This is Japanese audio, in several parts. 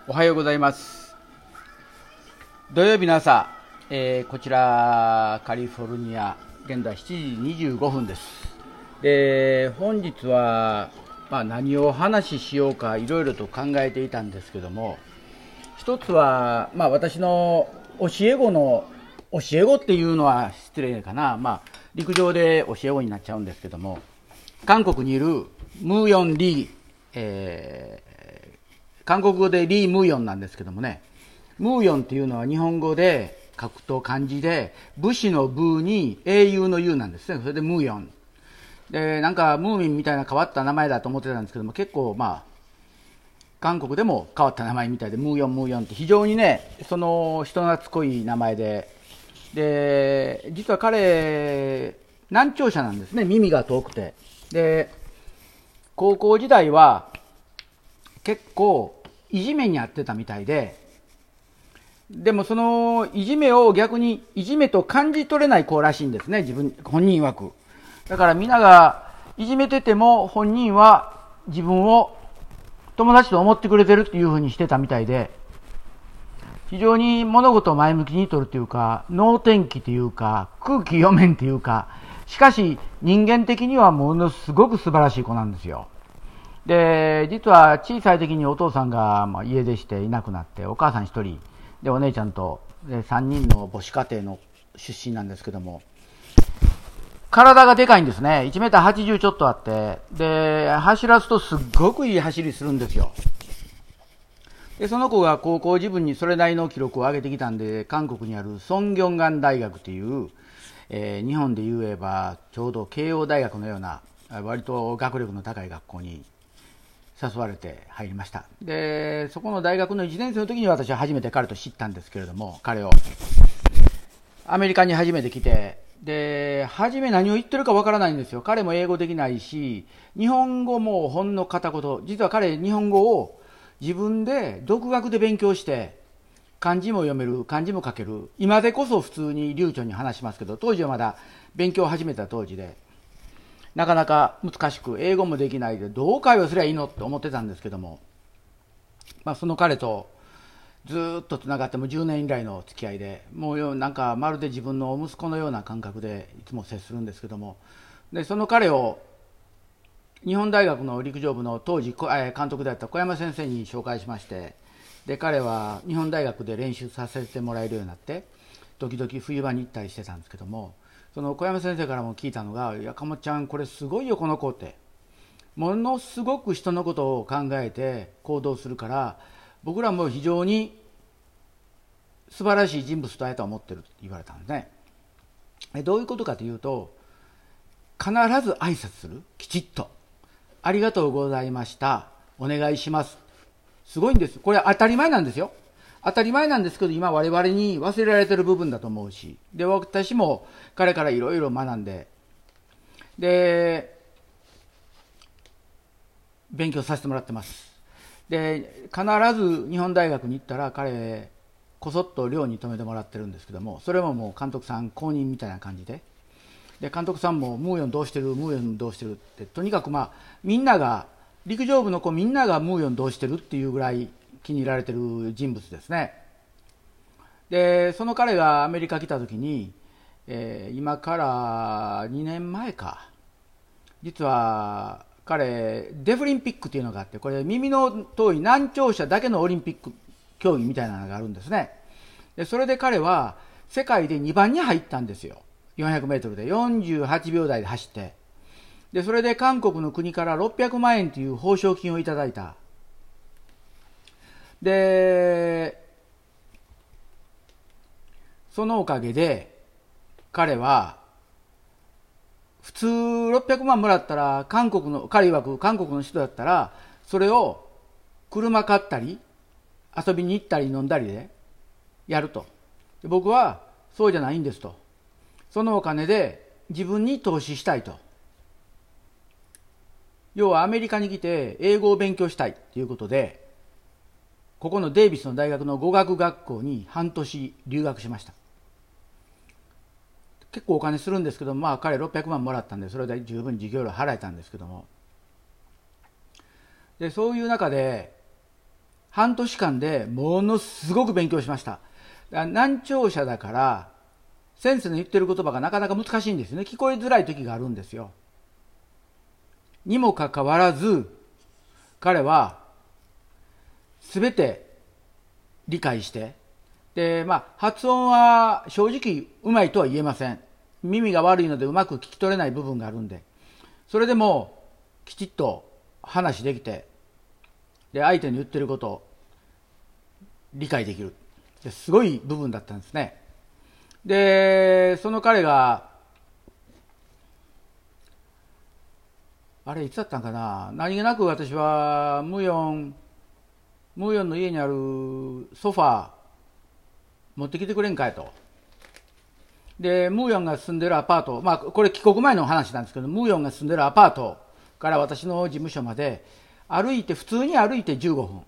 おはようございます。土曜日の朝、こちらカリフォルニア、現在7時25分です。で、本日は、何を話しようかいろいろと考えていたんですけども、一つは、私の教え子っていうのは失礼かな、陸上で教え子になっちゃうんですけども、韓国にいるムーヨン・リー、韓国語でリー・ムーヨンなんですけどもね、ムーヨンっていうのは日本語で書くと漢字で武士の武に英雄の雄なんですね。それでムーヨンで、なんかムーミンみたいな変わった名前だと思ってたんですけども、結構韓国でも変わった名前みたいで、ムーヨンって非常にね、その人懐っこい名前で、実は彼難聴者なんですね。耳が遠くて、で高校時代は結構いじめにあってたみたいで、でもそのいじめを逆にいじめと感じ取れない子らしいんですね、本人曰く。だからみんながいじめてても本人は自分を友達と思ってくれてるっていう風にしてたみたいで、非常に物事を前向きに取るというか、能天気というか、空気読めんというか、しかし人間的にはものすごく素晴らしい子なんですよ。で、実は小さい時にお父さんが家出していなくなって、お母さん一人でお姉ちゃんと3人の母子家庭の出身なんですけども、体がでかいんですね。1メーター80ちょっとあって、で走らすとすっごくいい走りするんですよ。でその子が高校自分にそれなりの記録を上げてきたんで、韓国にあるソンギョンガン大学という、日本で言えばちょうど慶応大学のような割と学力の高い学校に誘われて入りました。でそこの大学の1年生の時に私は初めて彼と知ったんですけれども、彼をアメリカに初めて来て、で初め何を言ってるかわからないんですよ。彼も英語できないし、日本語もほんの片言。実は彼日本語を自分で独学で勉強して、漢字も読める、漢字も書ける。今でこそ普通に流暢に話しますけど、当時はまだ勉強を始めた当時でなかなか難しく、英語もできないでどう会話すりゃいいのって思ってたんですけども、その彼とずっとつながっても10年以来の付き合いで、もうなんかまるで自分の息子のような感覚でいつも接するんですけども、でその彼を日本大学の陸上部の当時監督であった小山先生に紹介しまして、で彼は日本大学で練習させてもらえるようになって、時々冬場に行ったりしてたんですけども、その小山先生からも聞いたのが、いや、かもちゃんこれすごいよこの子って、ものすごく人のことを考えて行動するから、僕らも非常に素晴らしい人物だと思ってるって言われたんですね。どういうことかというと、必ず挨拶する、きちっとありがとうございました、お願いします、すごいんです。これ当たり前なんですよ。当たり前なんですけど、今我々に忘れられてる部分だと思うし、で私も彼からいろいろ学んで、で勉強させてもらってます。で必ず日本大学に行ったら彼こそっと寮に泊めてもらってるんですけども、それももう監督さん公認みたいな感じで、監督さんもムーヨンどうしてる、ムーヨンどうしてるって、とにかくみんなが陸上部の子みんながムーヨンどうしてるっていうぐらい気に入られてる人物ですね。でその彼がアメリカ来た時に、今から2年前か、実は彼デフリンピックっていうのがあって、これ耳の遠い難聴者だけのオリンピック競技みたいなのがあるんですね。でそれで彼は世界で2番に入ったんですよ。400メートルで48秒台で走って、でそれで韓国の国から600万円という報奨金をいただいた。でそのおかげで彼は普通600万もらったら、彼曰く韓国の人だったらそれを車買ったり遊びに行ったり飲んだりでやると。で僕はそうじゃないんですと。そのお金で自分に投資したいと。要はアメリカに来て英語を勉強したいということで、ここのデイビスの大学の語学学校に半年留学しました。結構お金するんですけど、彼600万もらったんで、それで十分授業料払えたんですけども、でそういう中で半年間でものすごく勉強しました。難聴者だから先生の言ってる言葉がなかなか難しいんですよね。聞こえづらい時があるんですよ。にもかかわらず彼は全て理解して、で発音は正直うまいとは言えません。耳が悪いのでうまく聞き取れない部分があるんで、それでもきちっと話できて、で相手の言ってることを理解できる、すごい部分だったんですね。でその彼があれいつだったんかな、何気なく私はムーヨンの家にあるソファー持ってきてくれんかいと。でムーヨンが住んでるアパート、これ帰国前の話なんですけど、ムーヨンが住んでるアパートから私の事務所まで普通に歩いて15分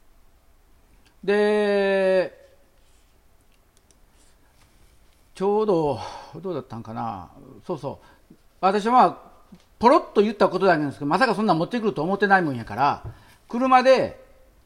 で、ちょうどどうだったんかな、私はポロッと言ったことだけなんですけど、まさかそんな持ってくると思ってないもんやから、車で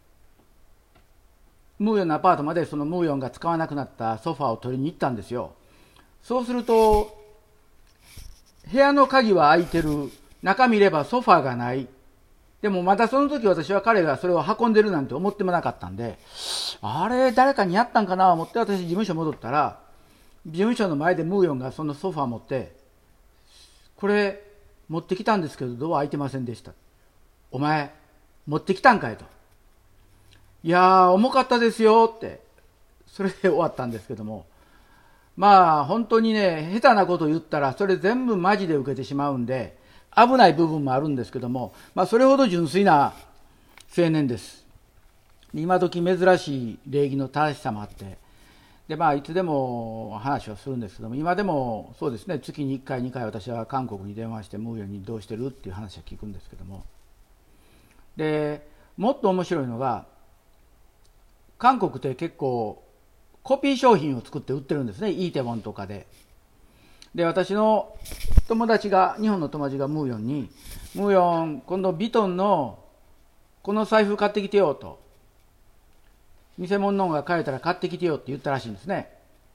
ムーヨンのアパートまでそのムーヨンが使わなくなったソファーを取りに行ったんですよ。そうすると部屋の鍵は開いてる、中見ればソファーがない。でもまだその時私は彼がそれを運んでるなんて思ってもなかったんで、あれ誰かにやったんかなと思って私事務所戻ったら、事務所の前でムーヨンがそのソファー持って、これ持ってきたんですけどドア開いてませんでした。お前持ってきたんかいと。いやー重かったですよって、それで終わったんですけども、本当にね、下手なこと言ったらそれ全部マジで受けてしまうんで危ない部分もあるんですけども、それほど純粋な青年です。今時珍しい礼儀の正しさもあって、でいつでも話をするんですけども、今でもそうですね、月に1回2回私は韓国に電話してムーヨンにどうしてるっていう話を聞くんですけども、でもっと面白いのが、韓国って結構コピー商品を作って売ってるんですね、イーテウォンとかで。で私の日本の友達がムーヨンに、ムーヨン今度ビトンのこの財布買ってきてよと、偽物のが買えたら買ってきてよって言ったらしいんですね。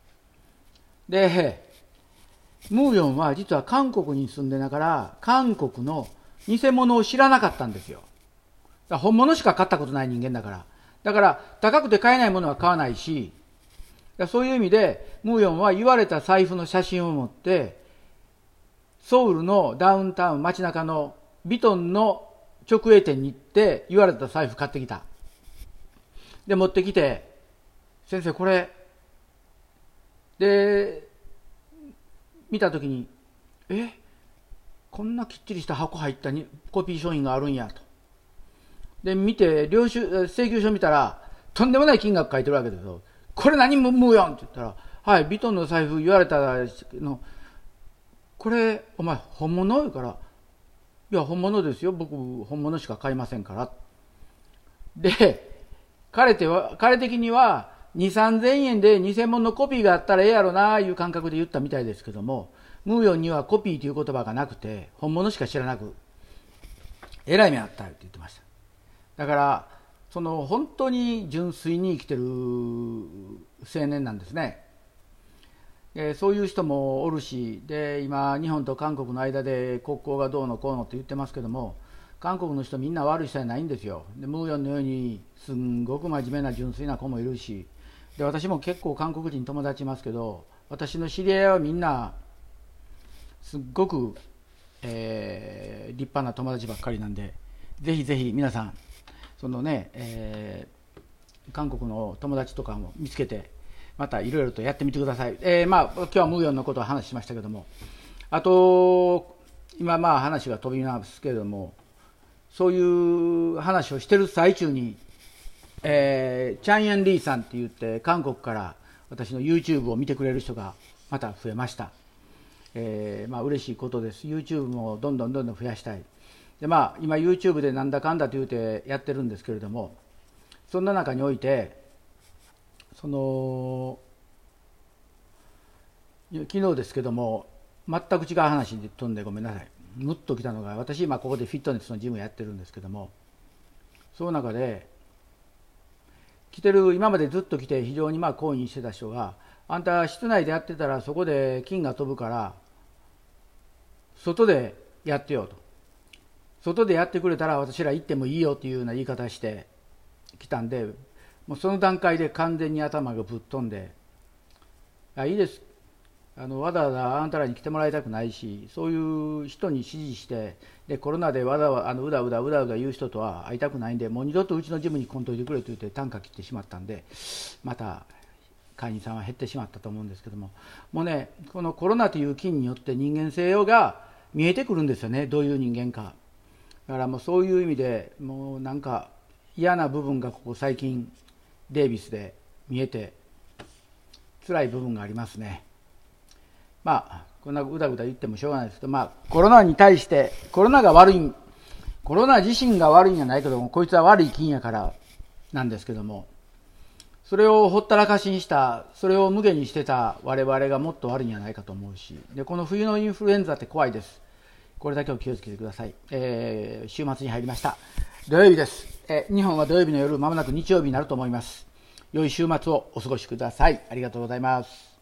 でムーヨンは実は韓国に住んでながら韓国の偽物を知らなかったんですよ。だから本物しか買ったことない人間だから、高くて買えないものは買わないし、そういう意味でムーヨンは言われた財布の写真を持ってソウルのダウンタウン街中のビトンの直営店に行って言われた財布買ってきた。で持ってきて、先生これで見た時に、こんなきっちりした箱入ったにコピー商品があるんやと。で見て請求書見たらとんでもない金額書いてるわけですよ。これ何ムーヨンって言ったら、はい、ビトンの財布言われたの、これお前本物言うから、いや本物ですよ、僕本物しか買いませんから。で彼的には2、3000円で偽物のコピーがあったらええやろないう感覚で言ったみたいですけども、ムーヨンにはコピーという言葉がなくて本物しか知らなく、えらい目あったって言ってました。だから本当に純粋に生きてる青年なんですね。そういう人もおるし、で今日本と韓国の間で国交がどうのこうのって言ってますけども、韓国の人みんな悪い人じゃないんですよ。でムーヨンのようにすんごく真面目な純粋な子もいるし、で私も結構韓国人友達いますけど、私の知り合いはみんなすっごく、立派な友達ばっかりなんで、ぜひぜひ皆さん韓国の友達とかも見つけてまたいろいろとやってみてください。今日はムーヨンのことを話しましたけども、あと今話が飛びますけれども、そういう話をしてる最中に、チャンヤンリーさんって言って韓国から私の YouTube を見てくれる人がまた増えました。嬉しいことです。 YouTube もどんどん増やしたい。で今 YouTube でなんだかんだと言うてやってるんですけれども、そんな中において昨日ですけども、全く違う話に飛んでごめんなさい。ムッときたのが、私今ここでフィットネスのジムやってるんですけども、その中で来てる、今までずっと来て非常に懇意にしてた人が、あんた室内でやってたらそこで菌が飛ぶから外でやってよと、外でやってくれたら私ら行ってもいいよっていうような言い方してきたんで、もうその段階で完全に頭がぶっ飛んで、いいです、わざわざあんたらに来てもらいたくないし、そういう人に指示してでコロナでわざわざうだうだ言う人とは会いたくないんで、もう二度とうちのジムに来んといてくれと言って単価切ってしまったんで、また会員さんは減ってしまったと思うんですけども、もうね、このコロナという菌によって人間性が見えてくるんですよね、どういう人間か。だからもうそういう意味でもうなんか嫌な部分がここ最近デイビスで見えて辛い部分がありますね。こんなうだうだ言ってもしょうがないですけど、コロナに対してコロナが悪い、コロナ自身が悪いんじゃないけども、こいつは悪い菌やからなんですけども、それをほったらかしにした、それを無下にしてた我々がもっと悪いんじゃないかと思うし、でこの冬のインフルエンザって怖いです。これだけを気をつけてください。週末に入りました。土曜日です。日本は土曜日の夜、まもなく日曜日になると思います。良い週末をお過ごしください。ありがとうございます。